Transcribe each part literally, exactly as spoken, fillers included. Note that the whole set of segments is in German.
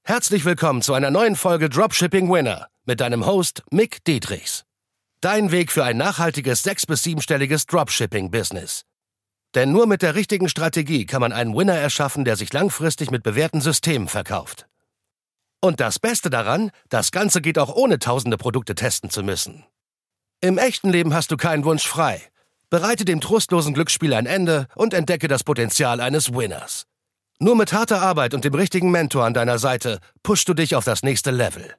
Herzlich willkommen zu einer neuen Folge Dropshipping Winner mit deinem Host Mick Dietrichs. Dein Weg für ein nachhaltiges sechs- bis siebenstelliges Dropshipping-Business. Denn nur mit der richtigen Strategie kann man einen Winner erschaffen, der sich langfristig mit bewährten Systemen verkauft. Und das Beste daran, das Ganze geht auch ohne tausende Produkte testen zu müssen. Im echten Leben hast du keinen Wunsch frei. Bereite dem trostlosen Glücksspiel ein Ende und entdecke das Potenzial eines Winners. Nur mit harter Arbeit und dem richtigen Mentor an deiner Seite pushst du dich auf das nächste Level.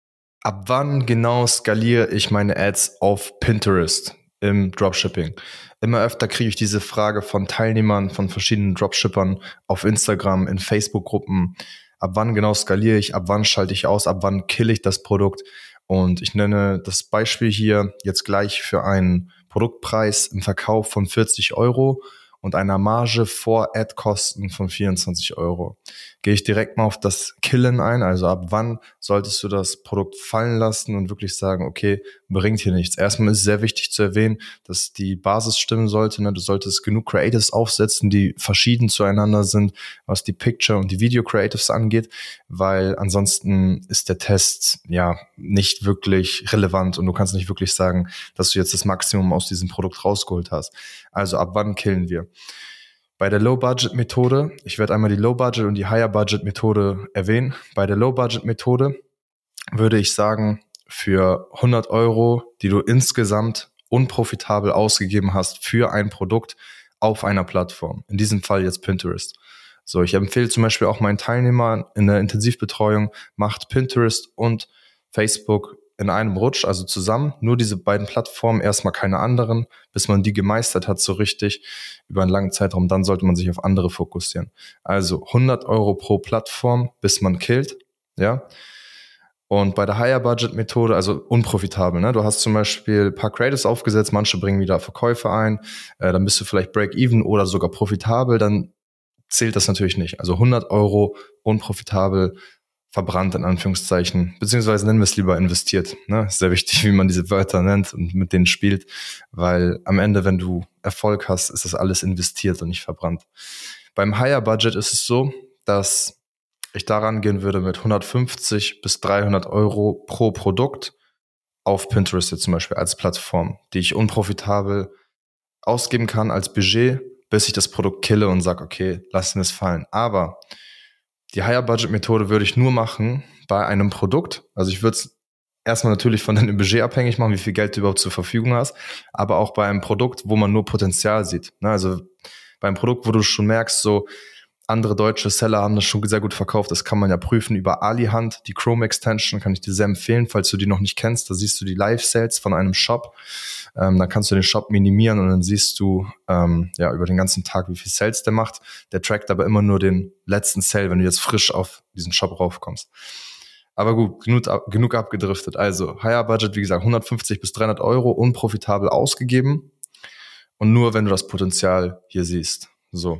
Ab wann genau skaliere ich meine Ads auf Pinterest im Dropshipping? Immer öfter kriege ich diese Frage von Teilnehmern, von verschiedenen Dropshippern auf Instagram, in Facebook-Gruppen. Ab wann genau skaliere ich? Ab wann schalte ich aus? Ab wann kill ich das Produkt? Und ich nenne das Beispiel hier jetzt gleich für einen Produktpreis im Verkauf von vierzig Euro und einer Marge vor Ad-Kosten von vierundzwanzig Euro. Gehe ich direkt mal auf das Killen ein, also ab wann solltest du das Produkt fallen lassen und wirklich sagen, okay, bringt hier nichts. Erstmal ist es sehr wichtig zu erwähnen, dass die Basis stimmen sollte. Ne? Du solltest genug Creatives aufsetzen, die verschieden zueinander sind, was die Picture- und die Video-Creatives angeht, weil ansonsten ist der Test ja nicht wirklich relevant und du kannst nicht wirklich sagen, dass du jetzt das Maximum aus diesem Produkt rausgeholt hast. Also ab wann killen wir? Bei der Low-Budget-Methode, ich werde einmal die Low-Budget- und die Higher-Budget-Methode erwähnen. Bei der Low-Budget-Methode würde ich sagen, für hundert Euro, die du insgesamt unprofitabel ausgegeben hast für ein Produkt auf einer Plattform, in diesem Fall jetzt Pinterest. So, ich empfehle zum Beispiel auch meinen Teilnehmern in der Intensivbetreuung, macht Pinterest und Facebook in einem Rutsch, also zusammen, nur diese beiden Plattformen, erstmal keine anderen, bis man die gemeistert hat so richtig über einen langen Zeitraum, dann sollte man sich auf andere fokussieren. Also hundert Euro pro Plattform, bis man killt, ja. Und bei der Higher-Budget-Methode, also unprofitabel, ne? Du hast zum Beispiel ein paar Creatives aufgesetzt, manche bringen wieder Verkäufe ein, äh, dann bist du vielleicht Break-Even oder sogar profitabel, dann zählt das natürlich nicht. Also hundert Euro unprofitabel, verbrannt in Anführungszeichen, beziehungsweise nennen wir es lieber investiert. Ne? Ist sehr wichtig, wie man diese Wörter nennt und mit denen spielt, weil am Ende, wenn du Erfolg hast, ist das alles investiert und nicht verbrannt. Beim Higher Budget ist es so, dass ich daran gehen würde mit hundertfünfzig bis dreihundert Euro pro Produkt auf Pinterest jetzt zum Beispiel als Plattform, die ich unprofitabel ausgeben kann als Budget, bis ich das Produkt kille und sage, okay, lassen wir es fallen. Aber die Higher-Budget-Methode würde ich nur machen bei einem Produkt. Also ich würde es erstmal natürlich von deinem Budget abhängig machen, wie viel Geld du überhaupt zur Verfügung hast, aber auch bei einem Produkt, wo man nur Potenzial sieht. Also bei einem Produkt, wo du schon merkst, so andere deutsche Seller haben das schon sehr gut verkauft. Das kann man ja prüfen über Alihand. Die Chrome Extension kann ich dir sehr empfehlen, falls du die noch nicht kennst. Da siehst du die Live-Sales von einem Shop. Ähm, da kannst du den Shop minimieren und dann siehst du ähm, ja über den ganzen Tag, wie viel Sales der macht. Der trackt aber immer nur den letzten Sale, wenn du jetzt frisch auf diesen Shop raufkommst. Aber gut, genug, genug abgedriftet. Also Higher Budget, wie gesagt, hundertfünfzig bis dreihundert Euro unprofitabel ausgegeben. Und nur, wenn du das Potenzial hier siehst. So.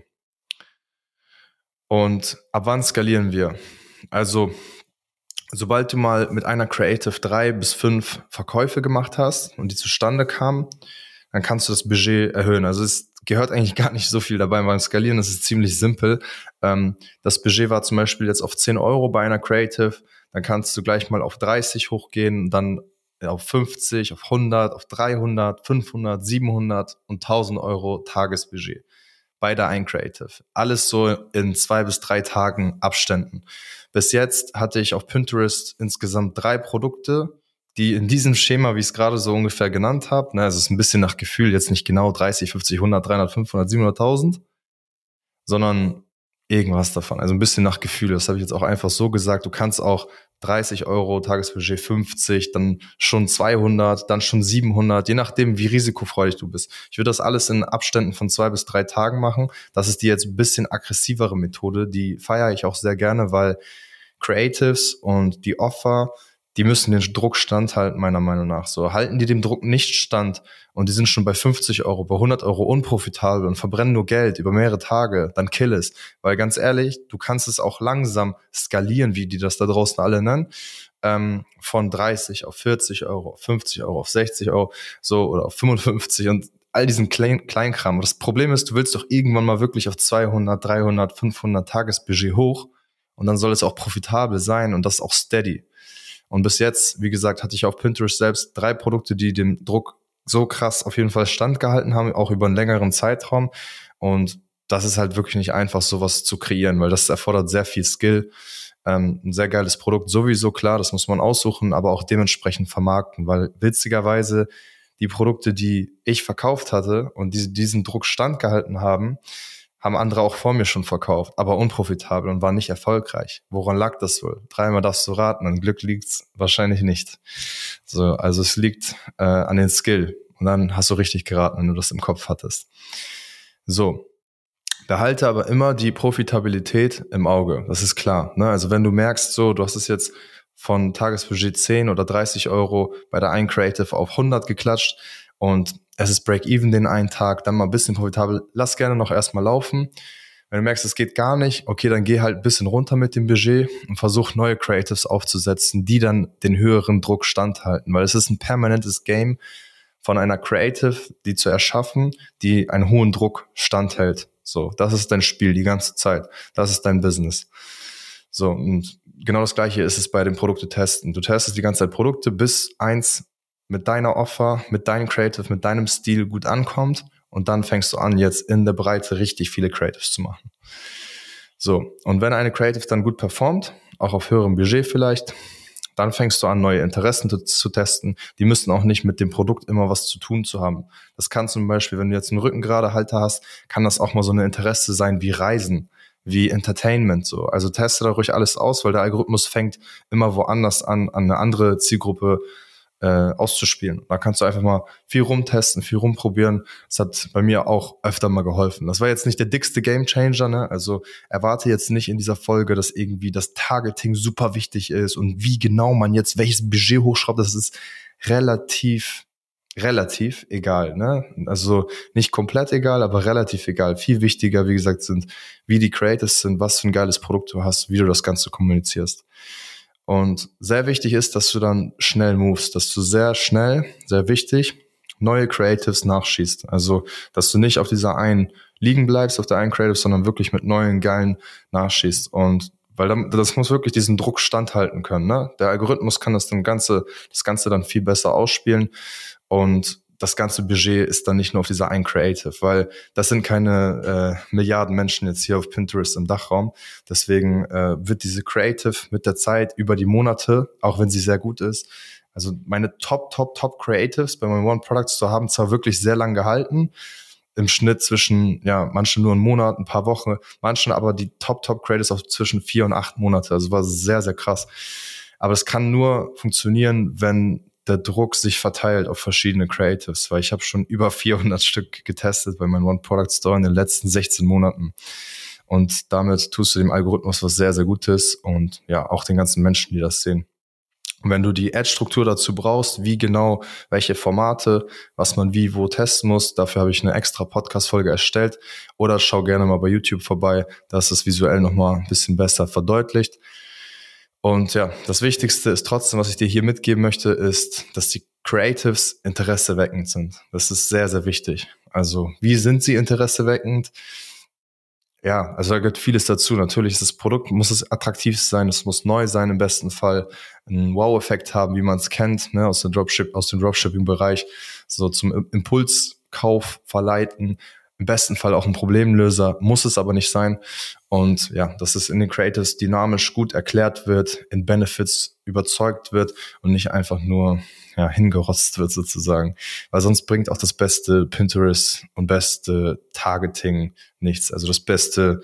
Und ab wann skalieren wir? Also, sobald du mal mit einer Creative drei bis fünf Verkäufe gemacht hast und die zustande kamen, dann kannst du das Budget erhöhen. Also es gehört eigentlich gar nicht so viel dabei beim Skalieren, das ist ziemlich simpel. Ähm, das Budget war zum Beispiel jetzt auf zehn Euro bei einer Creative, dann kannst du gleich mal auf dreißig hochgehen, dann auf fünfzig, auf hundert, auf dreihundert, fünfhundert, siebenhundert und tausend Euro Tagesbudget. Bei der ein Creative. Alles so in zwei bis drei Tagen Abständen. Bis jetzt hatte ich auf Pinterest insgesamt drei Produkte, die in diesem Schema, wie ich es gerade so ungefähr genannt habe, ne, also es ist ein bisschen nach Gefühl, jetzt nicht genau dreißig, fünfzig, hundert, dreihundert, fünfhundert, siebenhunderttausend, sondern irgendwas davon. Also ein bisschen nach Gefühl. Das habe ich jetzt auch einfach so gesagt. Du kannst auch dreißig Euro, Tagesbudget fünfzig, dann schon zweihundert, dann schon siebenhundert, je nachdem, wie risikofreudig du bist. Ich würde das alles in Abständen von zwei bis drei Tagen machen. Das ist die jetzt ein bisschen aggressivere Methode. Die feiere ich auch sehr gerne, weil Creatives und die Offer, die müssen den Druck standhalten, meiner Meinung nach. So, halten die dem Druck nicht stand und die sind schon bei fünfzig Euro, bei hundert Euro unprofitabel und verbrennen nur Geld über mehrere Tage, dann kill es. Weil ganz ehrlich, du kannst es auch langsam skalieren, wie die das da draußen alle nennen, ähm, von dreißig auf vierzig Euro, auf fünfzig Euro, auf sechzig Euro, so, oder auf fünfundfünfzig und all diesen Klein- Kleinkram. Das Problem ist, du willst doch irgendwann mal wirklich auf zweihundert, dreihundert, fünfhundert Tagesbudget hoch und dann soll es auch profitabel sein und das auch steady. Und bis jetzt, wie gesagt, hatte ich auf Pinterest selbst drei Produkte, die dem Druck so krass auf jeden Fall standgehalten haben, auch über einen längeren Zeitraum. Und das ist halt wirklich nicht einfach, sowas zu kreieren, weil das erfordert sehr viel Skill. Ähm, ein sehr geiles Produkt sowieso, klar, das muss man aussuchen, aber auch dementsprechend vermarkten, weil witzigerweise die Produkte, die ich verkauft hatte und die diesen Druck standgehalten haben, haben andere auch vor mir schon verkauft, aber unprofitabel und waren nicht erfolgreich. Woran lag das wohl? Dreimal darfst du raten, an Glück liegt's wahrscheinlich nicht. So, also es liegt äh, an den Skill und dann hast du richtig geraten, wenn du das im Kopf hattest. So, behalte aber immer die Profitabilität im Auge, das ist klar. Ne? Also wenn du merkst, so, du hast es jetzt von Tagesbudget zehn oder dreißig Euro bei der einen Creative auf hundert geklatscht und es ist Break-Even den einen Tag, dann mal ein bisschen profitabel, lass gerne noch erstmal laufen. Wenn du merkst, es geht gar nicht, okay, dann geh halt ein bisschen runter mit dem Budget und versuch neue Creatives aufzusetzen, die dann den höheren Druck standhalten, weil es ist ein permanentes Game von einer Creative, die zu erschaffen, die einen hohen Druck standhält. So, das ist dein Spiel die ganze Zeit. Das ist dein Business. So, und genau das Gleiche ist es bei den Produkte-Testen. Du testest die ganze Zeit Produkte, bis eins mit deiner Offer, mit deinem Creative, mit deinem Stil gut ankommt und dann fängst du an, jetzt in der Breite richtig viele Creatives zu machen. So, und wenn eine Creative dann gut performt, auch auf höherem Budget vielleicht, dann fängst du an, neue Interessen zu, zu testen. Die müssen auch nicht mit dem Produkt immer was zu tun zu haben. Das kann zum Beispiel, wenn du jetzt einen Rückengeradehalter hast, kann das auch mal so eine Interesse sein wie Reisen, wie Entertainment. So. Also teste da ruhig alles aus, weil der Algorithmus fängt immer woanders an, an eine andere Zielgruppe äh, auszuspielen. Da kannst du einfach mal viel rumtesten, viel rumprobieren. Das hat bei mir auch öfter mal geholfen. Das war jetzt nicht der dickste Gamechanger, ne? Also erwarte jetzt nicht in dieser Folge, dass irgendwie das Targeting super wichtig ist und wie genau man jetzt welches Budget hochschraubt. Das ist relativ, relativ egal, ne? Also nicht komplett egal, aber relativ egal. Viel wichtiger, wie gesagt, sind, wie die Creatives sind, was für ein geiles Produkt du hast, wie du das Ganze kommunizierst. Und sehr wichtig ist, dass du dann schnell movest, dass du sehr schnell, sehr wichtig, neue Creatives nachschießt. Also, dass du nicht auf dieser einen liegen bleibst, auf der einen Creative, sondern wirklich mit neuen, geilen nachschießt. Und weil dann, das muss wirklich diesen Druck standhalten können, ne? Der Algorithmus kann das dann Ganze, das Ganze dann viel besser ausspielen. Und das ganze Budget ist dann nicht nur auf dieser einen Creative, weil das sind keine äh, Milliarden Menschen jetzt hier auf Pinterest im Dachraum. Deswegen äh, wird diese Creative mit der Zeit über die Monate, auch wenn sie sehr gut ist, also meine Top, Top, Top Creatives bei meinen One Product Store haben zwar wirklich sehr lang gehalten, im Schnitt zwischen, ja, manche nur einen Monat, ein paar Wochen, manche aber die Top, Top Creatives auch zwischen vier und acht Monate. Also war sehr, sehr krass. Aber es kann nur funktionieren, wenn der Druck sich verteilt auf verschiedene Creatives, weil ich habe schon über vierhundert Stück getestet bei meinem One Product Store in den letzten sechzehn Monaten. Und damit tust du dem Algorithmus was sehr, sehr Gutes und ja, auch den ganzen Menschen, die das sehen. Und wenn du die Ad-Struktur dazu brauchst, wie genau, welche Formate, was man wie wo testen muss, dafür habe ich eine extra Podcast-Folge erstellt. Oder schau gerne mal bei YouTube vorbei, da ist es visuell nochmal ein bisschen besser verdeutlicht. Und ja, das Wichtigste ist trotzdem, was ich dir hier mitgeben möchte, ist, dass die Creatives interesseweckend sind. Das ist sehr, sehr wichtig. Also, wie sind sie interesseweckend? Ja, also da gehört vieles dazu. Natürlich ist das Produkt, muss es attraktiv sein, es muss neu sein im besten Fall, einen Wow-Effekt haben, wie man es kennt, ne, aus dem Dropship, aus dem Dropshipping-Bereich, so zum Impulskauf verleiten. Im besten Fall auch ein Problemlöser, muss es aber nicht sein. Und ja, dass es in den Creatives dynamisch gut erklärt wird, in Benefits überzeugt wird und nicht einfach nur ja, hingerotzt wird sozusagen. Weil sonst bringt auch das beste Pinterest und beste Targeting nichts. Also das beste,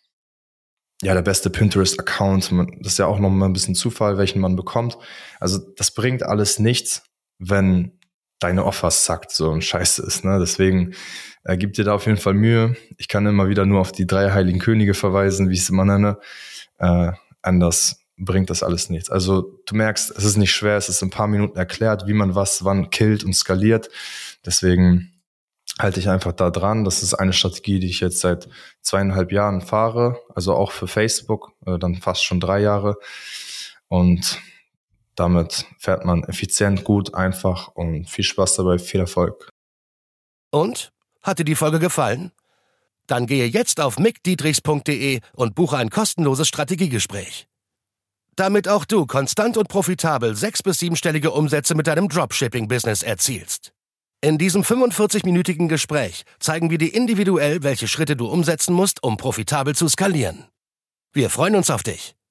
ja, der beste Pinterest-Account, das ist ja auch noch mal ein bisschen Zufall, welchen man bekommt. Also das bringt alles nichts, wenn deine Offers sackt, so ein Scheiße ist, ne? Deswegen äh, gib dir da auf jeden Fall Mühe. Ich kann immer wieder nur auf die drei heiligen Könige verweisen, wie ich es immer nenne. Äh, anders bringt das alles nichts. Also du merkst, es ist nicht schwer, es ist in ein paar Minuten erklärt, wie man was wann killt und skaliert. Deswegen halte ich einfach da dran. Das ist eine Strategie, die ich jetzt seit zweieinhalb Jahren fahre, also auch für Facebook, äh, dann fast schon drei Jahre. Und damit fährt man effizient, gut, einfach und viel Spaß dabei, viel Erfolg. Und? Hat dir die Folge gefallen? Dann gehe jetzt auf mick dietrichs punkt de und buche ein kostenloses Strategiegespräch. Damit auch du konstant und profitabel sechs- bis siebenstellige Umsätze mit deinem Dropshipping-Business erzielst. In diesem fünfundvierzig-minütigen Gespräch zeigen wir dir individuell, welche Schritte du umsetzen musst, um profitabel zu skalieren. Wir freuen uns auf dich.